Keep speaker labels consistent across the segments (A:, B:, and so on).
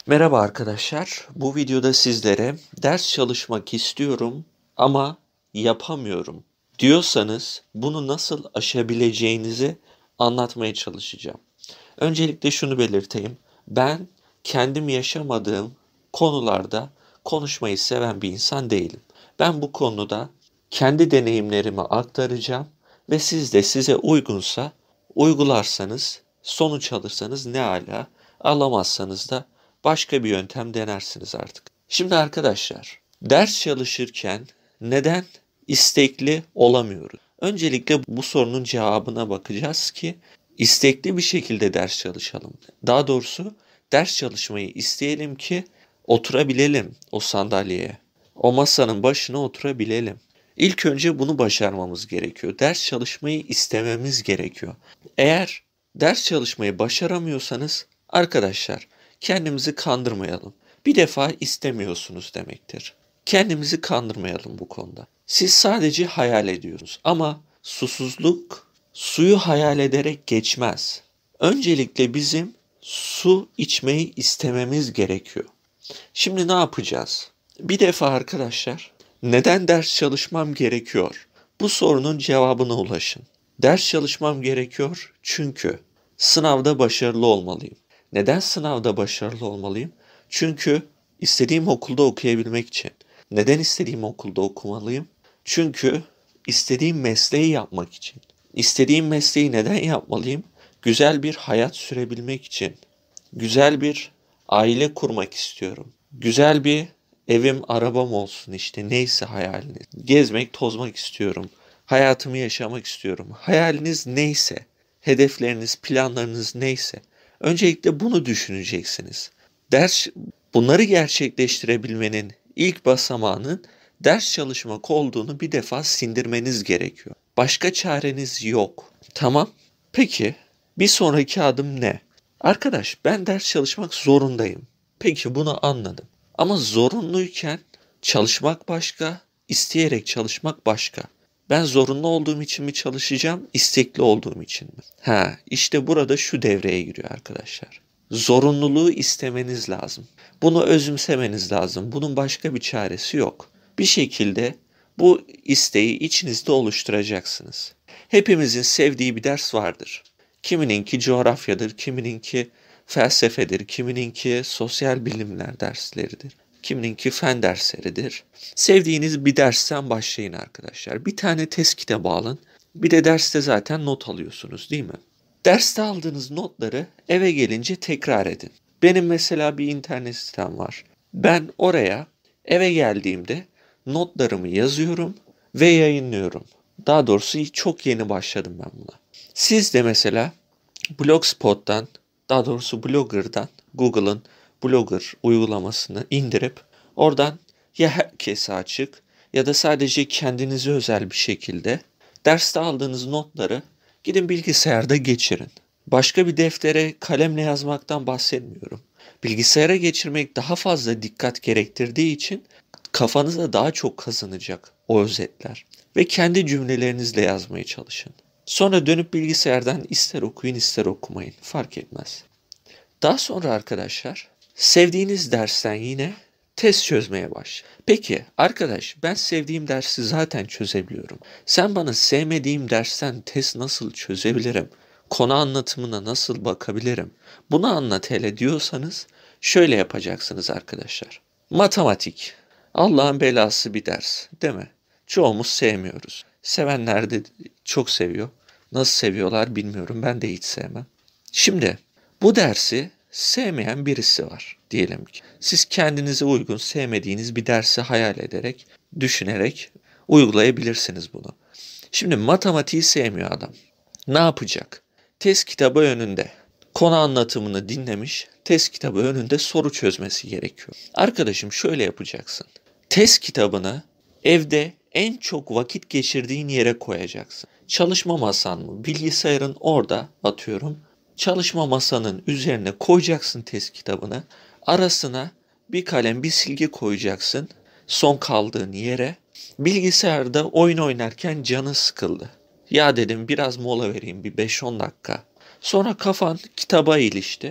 A: Merhaba arkadaşlar. Bu videoda sizlere ders çalışmak istiyorum ama yapamıyorum diyorsanız bunu nasıl aşabileceğinizi anlatmaya çalışacağım. Öncelikle şunu belirteyim. Ben kendim yaşamadığım konularda konuşmayı seven bir insan değilim. Ben bu konuda kendi deneyimlerimi aktaracağım ve siz de size uygunsa uygularsanız, sonuç alırsanız ne ala, alamazsanız da başka bir yöntem denersiniz artık. Şimdi arkadaşlar, ders çalışırken neden istekli olamıyoruz? Öncelikle bu sorunun cevabına bakacağız ki istekli bir şekilde ders çalışalım. Daha doğrusu ders çalışmayı isteyelim ki oturabilelim o sandalyeye. O masanın başına oturabilelim. İlk önce bunu başarmamız gerekiyor. Ders çalışmayı istememiz gerekiyor. Eğer ders çalışmayı başaramıyorsanız arkadaşlar kendimizi kandırmayalım. Bir defa istemiyorsunuz demektir. Kendimizi kandırmayalım bu konuda. Siz sadece hayal ediyorsunuz ama susuzluk suyu hayal ederek geçmez. Öncelikle bizim su içmeyi istememiz gerekiyor. Şimdi ne yapacağız? Bir defa arkadaşlar, neden ders çalışmam gerekiyor? Bu sorunun cevabına ulaşın. Ders çalışmam gerekiyor çünkü sınavda başarılı olmalıyım. Neden sınavda başarılı olmalıyım? Çünkü istediğim okulda okuyabilmek için. Neden istediğim okulda okumalıyım? Çünkü istediğim mesleği yapmak için. İstediğim mesleği neden yapmalıyım? Güzel bir hayat sürebilmek için. Güzel bir aile kurmak istiyorum. Güzel bir evim, arabam olsun işte neyse hayaliniz. Gezmek, tozmak istiyorum. Hayatımı yaşamak istiyorum. Hayaliniz neyse, hedefleriniz, planlarınız neyse. Öncelikle bunu düşüneceksiniz. Ders bunları gerçekleştirebilmenin ilk basamağının ders çalışmak olduğunu bir defa sindirmeniz gerekiyor. Başka çareniz yok. Tamam. Peki bir sonraki adım ne? Arkadaş ben ders çalışmak zorundayım. Peki bunu anladım. Ama zorunluyken çalışmak başka, isteyerek çalışmak başka. Ben zorunlu olduğum için mi çalışacağım, istekli olduğum için mi? İşte burada şu devreye giriyor arkadaşlar. Zorunluluğu istemeniz lazım. Bunu özümsemeniz lazım. Bunun başka bir çaresi yok. Bir şekilde bu isteği içinizde oluşturacaksınız. Hepimizin sevdiği bir ders vardır. Kimininki coğrafyadır, kimininki felsefedir, kimininki sosyal bilimler dersleridir, kimininki fen dersleridir. Sevdiğiniz bir dersten başlayın arkadaşlar. Bir tane test kitabı alın. Bir de derste zaten not alıyorsunuz değil mi? Derste aldığınız notları eve gelince tekrar edin. Benim mesela bir internet sitem var. Ben oraya eve geldiğimde notlarımı yazıyorum ve yayınlıyorum. Daha doğrusu çok yeni başladım ben buna. Siz de mesela Blogspot'tan, daha doğrusu Blogger'dan, Google'ın Blogger uygulamasını indirip oradan ya herkese açık ya da sadece kendinize özel bir şekilde derste aldığınız notları gidin bilgisayarda geçirin. Başka bir deftere kalemle yazmaktan bahsetmiyorum. Bilgisayara geçirmek daha fazla dikkat gerektirdiği için kafanıza daha çok kazanacak o özetler. Ve kendi cümlelerinizle yazmaya çalışın. Sonra dönüp bilgisayardan ister okuyun ister okumayın. Fark etmez. Daha sonra arkadaşlar sevdiğiniz dersten yine test çözmeye baş. Peki arkadaş ben sevdiğim dersi zaten çözebiliyorum. Sen bana sevmediğim dersten test nasıl çözebilirim? Konu anlatımına nasıl bakabilirim? Bunu anlat hele diyorsanız şöyle yapacaksınız arkadaşlar. Matematik. Allah'ın belası bir ders, değil mi? Çoğumuz sevmiyoruz. Sevenler de çok seviyor. Nasıl seviyorlar bilmiyorum. Ben de hiç sevmem. Şimdi bu dersi sevmeyen birisi var diyelim ki. Siz kendinize uygun sevmediğiniz bir dersi hayal ederek, düşünerek uygulayabilirsiniz bunu. Şimdi matematiği sevmiyor adam. Ne yapacak? Test kitabı önünde. Konu anlatımını dinlemiş, test kitabı önünde soru çözmesi gerekiyor. Arkadaşım şöyle yapacaksın. Test kitabını evde en çok vakit geçirdiğin yere koyacaksın. Çalışma masan mı? Bilgisayarın orada atıyorum. Çalışma masanın üzerine koyacaksın test kitabını. Arasına bir kalem, bir silgi koyacaksın. Son kaldığın yere. Bilgisayarda oyun oynarken canı sıkıldı. Ya dedim biraz mola vereyim bir 5-10 dakika. Sonra kafan kitaba ilişti.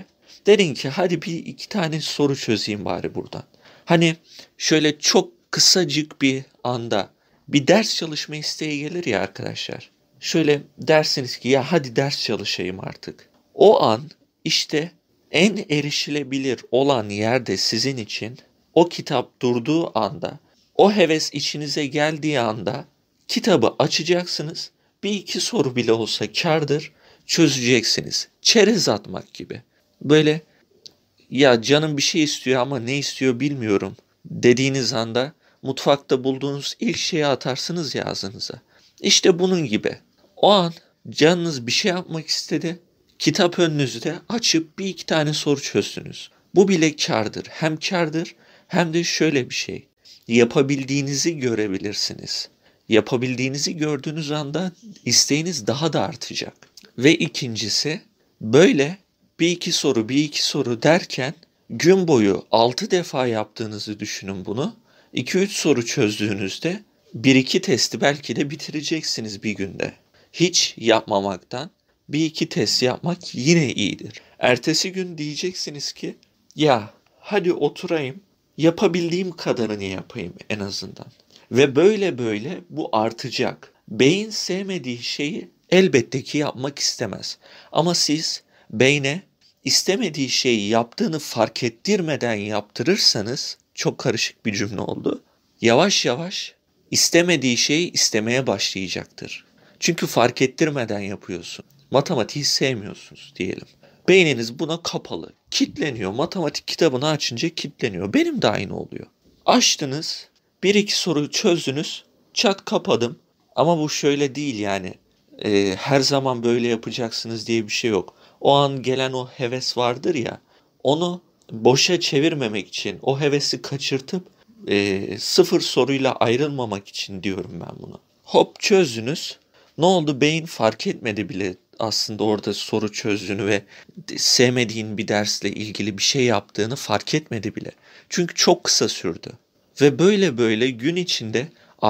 A: Dedin ki hadi bir iki tane soru çözeyim bari buradan. Hani şöyle çok kısacık bir anda bir ders çalışma isteği gelir ya arkadaşlar. Şöyle dersiniz ki ya hadi ders çalışayım artık. O an işte en erişilebilir olan yerde sizin için o kitap durduğu anda, o heves içinize geldiği anda kitabı açacaksınız. Bir iki soru bile olsa kârdır, çözeceksiniz. Çerez atmak gibi. Böyle ya canım bir şey istiyor ama ne istiyor bilmiyorum dediğiniz anda mutfakta bulduğunuz ilk şeyi atarsınız ya ağzınıza. İşte bunun gibi. O an canınız bir şey yapmak istedi. Kitap önünüzde açıp bir iki tane soru çözdünüz. Bu bile kârdır. Hem kârdır hem de şöyle bir şey. Yapabildiğinizi görebilirsiniz. Yapabildiğinizi gördüğünüz anda isteğiniz daha da artacak. Ve ikincisi böyle bir iki soru bir iki soru derken gün boyu 6 defa yaptığınızı düşünün bunu. 2-3 soru çözdüğünüzde bir iki testi belki de bitireceksiniz bir günde. Hiç yapmamaktan bir iki test yapmak yine iyidir. Ertesi gün diyeceksiniz ki ya hadi oturayım yapabildiğim kadarını yapayım en azından. Ve böyle böyle bu artacak. Beyin sevmediği şeyi elbette ki yapmak istemez. Ama siz beyne istemediği şeyi yaptığını fark ettirmeden yaptırırsanız çok karışık bir cümle oldu. Yavaş yavaş istemediği şeyi istemeye başlayacaktır. Çünkü fark ettirmeden yapıyorsun. Matematiği sevmiyorsunuz diyelim. Beyniniz buna kapalı, kitleniyor. Matematik kitabını açınca kitleniyor. Benim de aynı oluyor. Açtınız, bir iki soruyu çözdünüz, çat kapadım. Ama bu şöyle değil yani. Her zaman böyle yapacaksınız diye bir şey yok. O an gelen o heves vardır ya, onu boşa çevirmemek için, o hevesi kaçırtıp sıfır soruyla ayrılmamak için diyorum ben bunu. Hop çözdünüz. Ne oldu? Beyin fark etmedi bile aslında orada soru çözdüğünü ve sevmediğin bir dersle ilgili bir şey yaptığını fark etmedi bile. Çünkü çok kısa sürdü. Ve böyle böyle gün içinde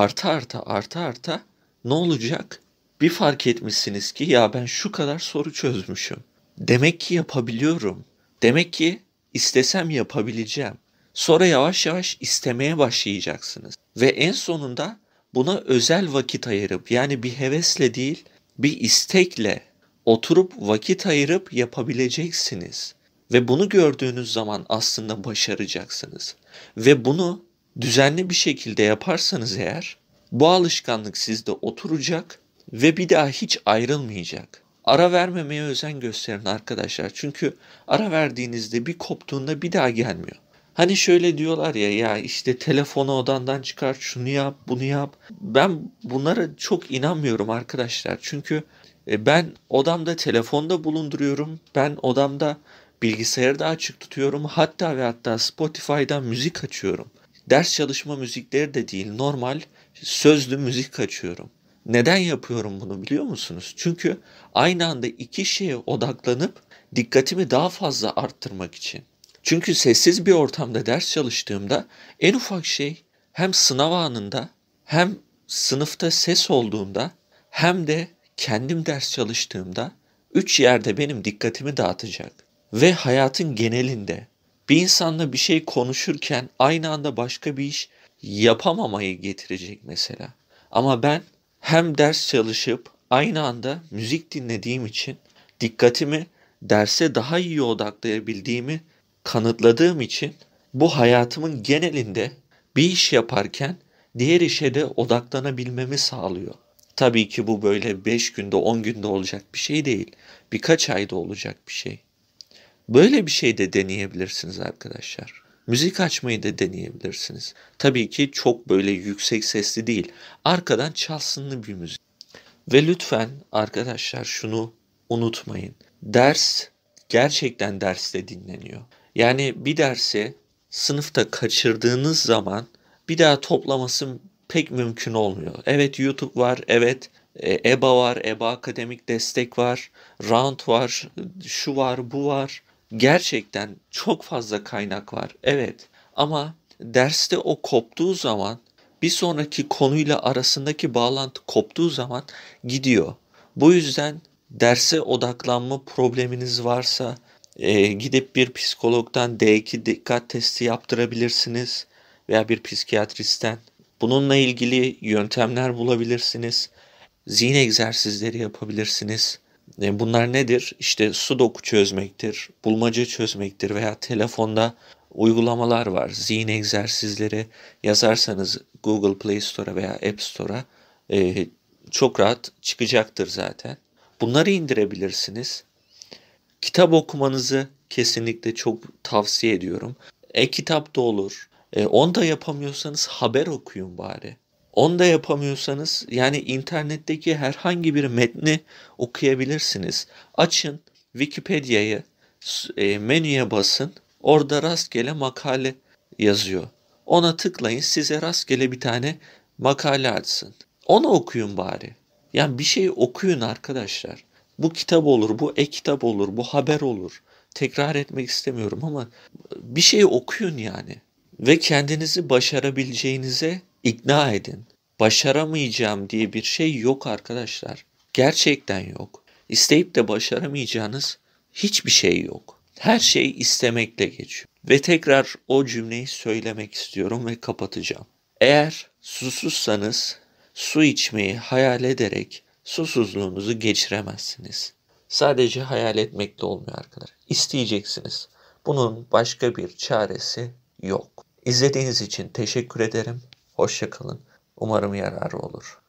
A: arta ne olacak? Bir fark etmişsiniz ki ya ben şu kadar soru çözmüşüm. Demek ki yapabiliyorum. Demek ki istesem yapabileceğim. Sonra yavaş yavaş istemeye başlayacaksınız. Ve en sonunda buna özel vakit ayırıp yani bir hevesle değil bir istekle oturup vakit ayırıp yapabileceksiniz. Ve bunu gördüğünüz zaman aslında başaracaksınız. Ve bunu düzenli bir şekilde yaparsanız eğer bu alışkanlık sizde oturacak ve bir daha hiç ayrılmayacak. Ara vermemeye özen gösterin arkadaşlar. Çünkü ara verdiğinizde bir koptuğunda bir daha gelmiyor. Hani şöyle diyorlar ya ya işte telefonu odandan çıkar, şunu yap, bunu yap. Ben bunlara çok inanmıyorum arkadaşlar. Çünkü ben odamda telefonda bulunduruyorum. Ben odamda bilgisayarı da açık tutuyorum. Hatta ve hatta Spotify'dan müzik açıyorum. Ders çalışma müzikleri de değil, normal sözlü müzik açıyorum. Neden yapıyorum bunu biliyor musunuz? Çünkü aynı anda iki şeye odaklanıp dikkatimi daha fazla arttırmak için. Çünkü sessiz bir ortamda ders çalıştığımda en ufak şey hem sınav anında hem sınıfta ses olduğunda hem de kendim ders çalıştığımda üç yerde benim dikkatimi dağıtacak. Ve hayatın genelinde bir insanla bir şey konuşurken aynı anda başka bir iş yapamamayı getirecek mesela. Ama ben hem ders çalışıp aynı anda müzik dinlediğim için dikkatimi derse daha iyi odaklayabildiğimi kanıtladığım için bu hayatımın genelinde bir iş yaparken diğer işe de odaklanabilmemi sağlıyor. Tabii ki bu böyle 5 günde 10 günde olacak bir şey değil. Birkaç ayda olacak bir şey. Böyle bir şey de deneyebilirsiniz arkadaşlar. Müzik açmayı da deneyebilirsiniz. Tabii ki çok böyle yüksek sesli değil. Arkadan çalsınlı bir müzik. Ve lütfen arkadaşlar şunu unutmayın. Ders gerçekten derste dinleniyor. Yani bir dersi sınıfta kaçırdığınız zaman bir daha toplaması pek mümkün olmuyor. Evet YouTube var, evet EBA var, EBA akademik destek var, Round var, şu var, bu var. Gerçekten çok fazla kaynak var. Evet ama derste o koptuğu zaman bir sonraki konuyla arasındaki bağlantı koptuğu zaman gidiyor. Bu yüzden derse odaklanma probleminiz varsa Gidip bir psikologdan D2 dikkat testi yaptırabilirsiniz veya bir psikiyatristten. Bununla ilgili yöntemler bulabilirsiniz. Zihin egzersizleri yapabilirsiniz. Bunlar nedir? İşte sudoku çözmektir, bulmaca çözmektir veya telefonda uygulamalar var. Zihin egzersizleri yazarsanız Google Play Store'a veya App Store'a çok rahat çıkacaktır zaten. Bunları indirebilirsiniz. Kitap okumanızı kesinlikle çok tavsiye ediyorum. E-kitap da olur. Onu da yapamıyorsanız haber okuyun bari. Onu da yapamıyorsanız yani internetteki herhangi bir metni okuyabilirsiniz. Açın Wikipedia'yı, menüye basın. Orada rastgele makale yazıyor. Ona tıklayın, size rastgele bir tane makale açsın. Onu okuyun bari. Yani bir şey okuyun arkadaşlar. Bu kitap olur, bu e-kitap olur, bu haber olur. Tekrar etmek istemiyorum ama bir şey okuyun yani. Ve kendinizi başarabileceğinize ikna edin. Başaramayacağım diye bir şey yok arkadaşlar. Gerçekten yok. İsteyip de başaramayacağınız hiçbir şey yok. Her şey istemekle geçiyor. Ve tekrar o cümleyi söylemek istiyorum ve kapatacağım. Eğer susuzsanız su içmeyi hayal ederek susuzluğunuzu geçiremezsiniz. Sadece hayal etmekle olmuyor arkadaşlar. İsteyeceksiniz. Bunun başka bir çaresi yok. İzlediğiniz için teşekkür ederim. Hoşça kalın. Umarım yararı olur.